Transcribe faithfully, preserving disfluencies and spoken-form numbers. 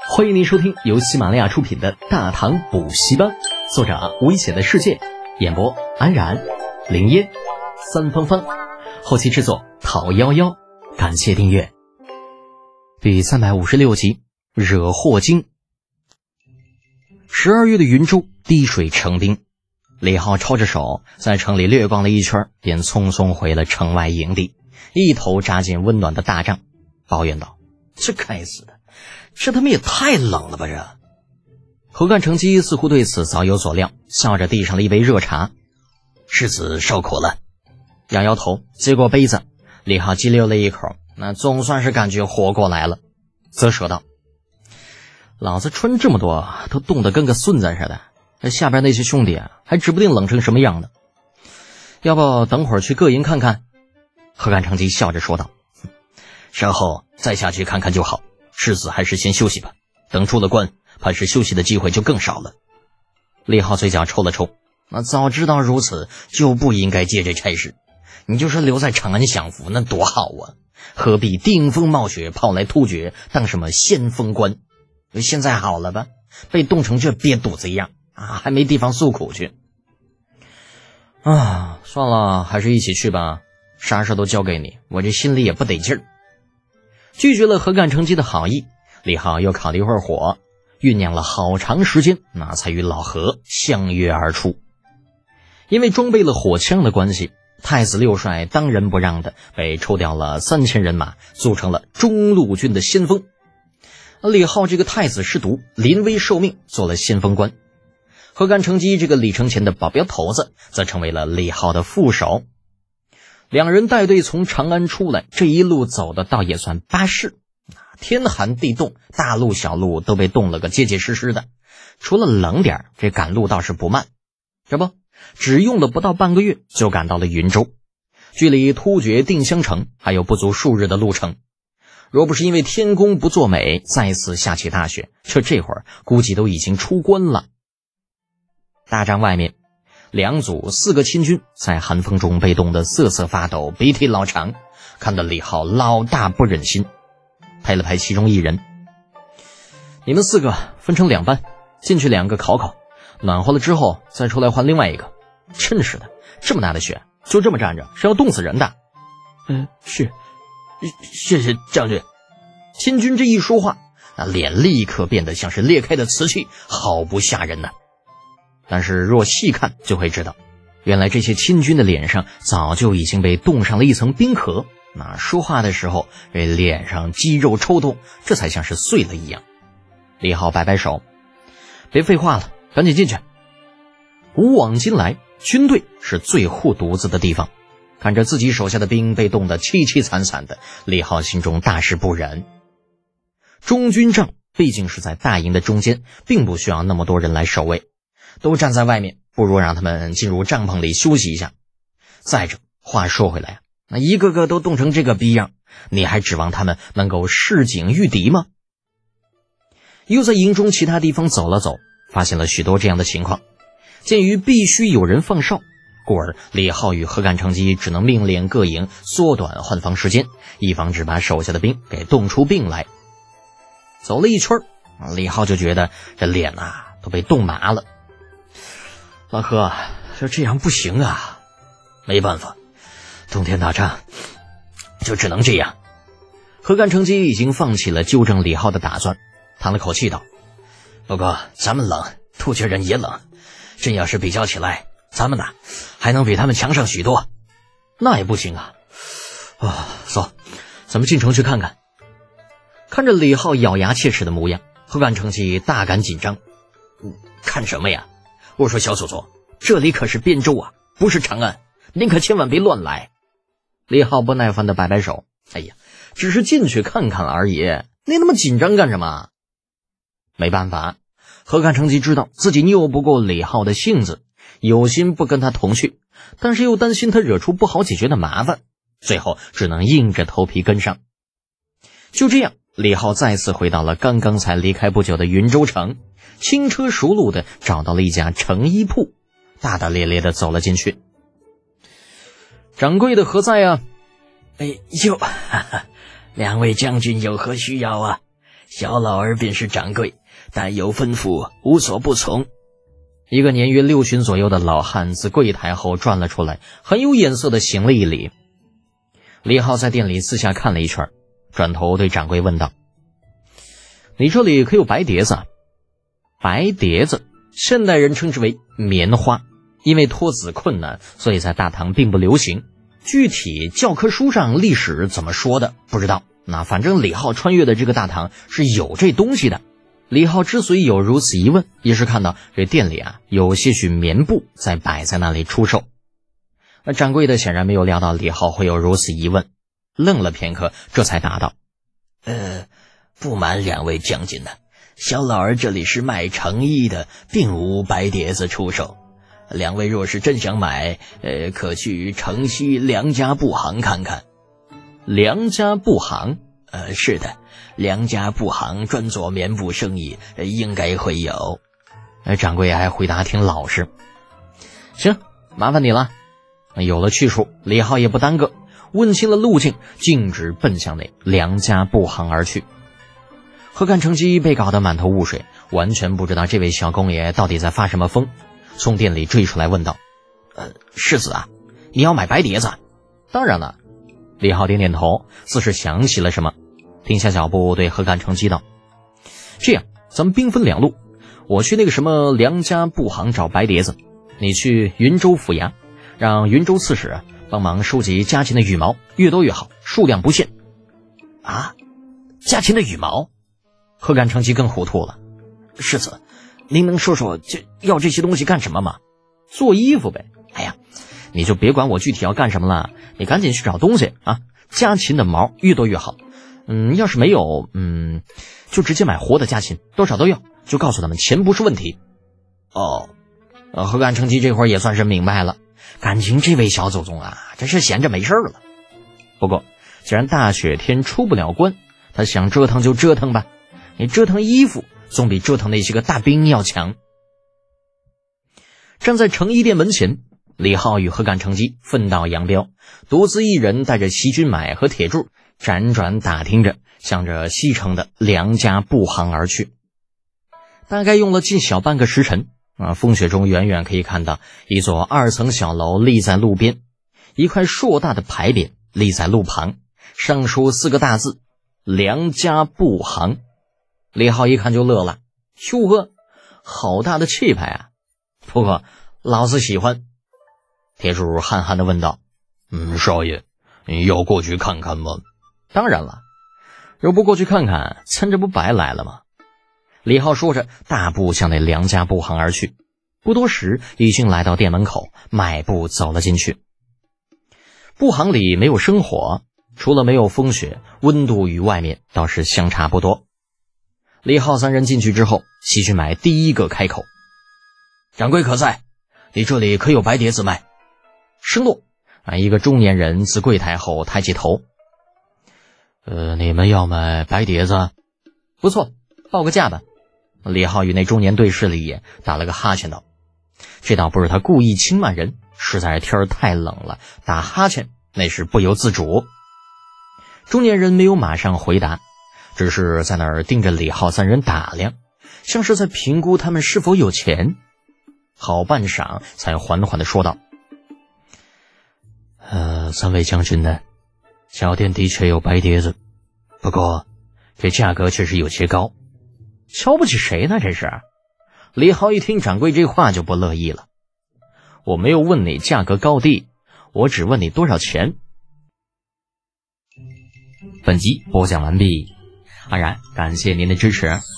欢迎您收听由喜马拉雅出品的《大唐补习班》，作者危险的世界，演播安然、林烟、三芳芳，后期制作陶幺幺。感谢订阅。第三百五十六集，惹祸精。十二月的云州滴水成冰，李浩抄着手在城里掠逛了一圈，便匆匆回了城外营地，一头扎进温暖的大帐，抱怨道：这该死的，这他妈也太冷了吧！这何干成机似乎对此早有所料，笑着递上了一杯热茶。世子受苦了。摇摇头，接过杯子，李浩激溜了一口，那总算是感觉活过来了，啧舌道：老子穿这么多都冻得跟个孙子似的，这下边那些兄弟啊，还指不定冷成什么样呢。要不等会儿去各营看看？何干成机笑着说道：稍后再下去看看就好，世子还是先休息吧，等出了关，怕是休息的机会就更少了。李浩嘴角抽了抽，那早知道如此，就不应该接这差事。你就是留在长安享福，那多好啊！何必顶风冒雪跑来突厥当什么先锋官？现在好了吧，被冻成这瘪肚子一样啊，还没地方诉苦去。啊，算了，还是一起去吧，啥事都交给你，我这心里也不得劲儿。拒绝了何干成机的好意，李浩又烤了一会儿火，酝酿了好长时间，那才与老何相约而出。因为装备了火枪的关系，太子六帅当仁不让的被抽调了三千人马，组成了中路军的先锋。李浩这个太子失独，临危受命做了先锋官。何干成机这个李承乾的保镖头子则成为了李浩的副手。两人带队从长安出来，这一路走的倒也算巴适，天寒地冻，大路小路都被冻了个结结实实的，除了冷点，这赶路倒是不慢。这不，只用了不到半个月就赶到了云州，距离突厥定襄城还有不足数日的路程。若不是因为天公不作美，再次下起大雪，这这会儿估计都已经出关了。大帐外面，两组四个亲军在寒风中被冻得瑟瑟发抖，鼻涕老长，看得李浩老大不忍心，拍了拍其中一人：你们四个分成两班，进去两个烤烤，暖和了之后再出来换另外一个。真是的，这么大的雪就这么站着是要冻死人的。 嗯，是，谢谢将军。 亲军这一说话，那脸立刻变得像是裂开的瓷器，好不吓人呐。但是若细看就会知道，原来这些亲军的脸上早就已经被冻上了一层冰壳，那说话的时候这脸上肌肉抽动，这才像是碎了一样。李浩摆摆手：别废话了，赶紧进去。古往今来，军队是最护犊子的地方，看着自己手下的兵被冻得凄凄惨惨的，李浩心中大是不忍。中军帐毕竟是在大营的中间，并不需要那么多人来守卫，都站在外面，不如让他们进入帐篷里休息一下。再者，话说回来啊，那一个个都冻成这个逼样，你还指望他们能够示警御敌吗？又在营中其他地方走了走，发现了许多这样的情况。鉴于必须有人放哨，故而李浩与何干成机只能命令各营缩短换防时间，以防止把手下的兵给冻出病来。走了一圈，李浩就觉得这脸啊都被冻麻了。老何，这这样不行啊。没办法，冬天打仗就只能这样。何干成机已经放弃了纠正李浩的打算，叹了口气道：不过咱们冷，突厥人也冷，真要是比较起来，咱们呢还能比他们强上许多。那也不行啊。啊，走，咱们进城去看看。看着李浩咬牙切齿的模样，何干成机大感紧张。看什么呀？我说小祖宗，这里可是边州啊，不是长安，您可千万别乱来。李浩不耐烦的摆摆手：哎呀，只是进去看看而已，你那么紧张干什么？没办法，何干成机知道自己拗不过李浩的性子，有心不跟他同去，但是又担心他惹出不好解决的麻烦，最后只能硬着头皮跟上。就这样，李浩再次回到了刚刚才离开不久的云州城，轻车熟路的找到了一家成衣铺，大大咧咧的走了进去。掌柜的何在啊？ 哎呦，哈哈，两位将军有何需要啊？ 小老儿便是掌柜，但有吩咐，无所不从。 一个年约六旬左右的老汉自柜台后转了出来，很有眼色地行了一礼。李浩在店里四下看了一圈，转头对掌柜问道：你这里可有白碟子？白碟子现代人称之为棉花，因为脱籽困难，所以在大唐并不流行。具体教科书上历史怎么说的不知道，那反正李浩穿越的这个大唐是有这东西的。李浩之所以有如此疑问，也是看到这店里啊有些许棉布在摆在那里出售。那掌柜的显然没有料到李浩会有如此疑问，愣了片刻，这才答道： 呃，不瞒两位将军呢、啊，小老儿这里是卖成衣的，并无白碟子出售。两位若是真想买，呃，可去城西梁家布行看看。 梁家布行？ 呃，是的，梁家布行专做棉布生意，呃、应该会有。 呃，掌柜还回答挺老实。行，麻烦你了。有了去处，李浩也不耽搁，问清了路径，径直奔向那梁家布行而去。何干成机被搞得满头雾水，完全不知道这位小公爷到底在发什么疯，从店里追出来问道：呃，世子啊，你要买白碟子？当然了。李浩点点头，似是想起了什么，停下脚步对何干成机道：这样，咱们兵分两路，我去那个什么梁家布行找白碟子，你去云州府衙，让云州刺史帮忙收集家禽的羽毛，越多越好，数量不限。 啊，家禽的羽毛？ 何干成机更糊涂了。世子，您能说说这要这些东西干什么吗？做衣服呗。哎呀，你就别管我具体要干什么了，你赶紧去找东西啊！家禽的毛越多越好。嗯，要是没有，嗯，就直接买活的家禽，多少都要，就告诉他们钱不是问题。哦，呃，何干成机这会儿也算是明白了，感情这位小祖宗啊，真是闲着没事了。不过，既然大雪天出不了关，他想折腾就折腾吧。你折腾衣服，总比折腾那些个大兵要强。站在成衣店门前，李浩与何干成机分道扬镳，独自一人带着席君买和铁柱辗转打听着，向着西城的梁家布行而去。大概用了近小半个时辰啊，风雪中远远可以看到一座二层小楼立在路边，一块硕大的牌匾立在路旁，上书四个大字：梁家布行。李浩一看就乐了，哟呵，好大的气派啊！不过老子喜欢。铁柱憨憨地问道： 嗯，少爷，你要过去看看吗？ 当然了，若不过去看看，咱这不白来了吗？李浩说着，大步向那梁家布行而去。不多时，已经来到店门口，迈步走了进去。布行里没有生火，除了没有风雪，温度与外面倒是相差不多。李浩三人进去之后，席君买第一个开口： 掌柜可在？你这里可有白碟子卖？ 声落啊，一个中年人自柜台后抬起头： 呃，你们要买白碟子？ 不错，报个价吧。李浩与那中年对视了一眼，打了个哈欠道：这倒不是他故意轻慢人，实在是天儿太冷了，打哈欠那是不由自主。中年人没有马上回答，只是在那儿盯着李浩三人打量，像是在评估他们是否有钱。好半晌才缓缓地说道： 呃，三位将军呢，小店的确有白碟子，不过这价格确实有些高。 瞧不起谁呢这是？李浩一听掌柜这话就不乐意了。我没有问你价格高低，我只问你多少钱。本集播讲完毕，安然感谢您的支持。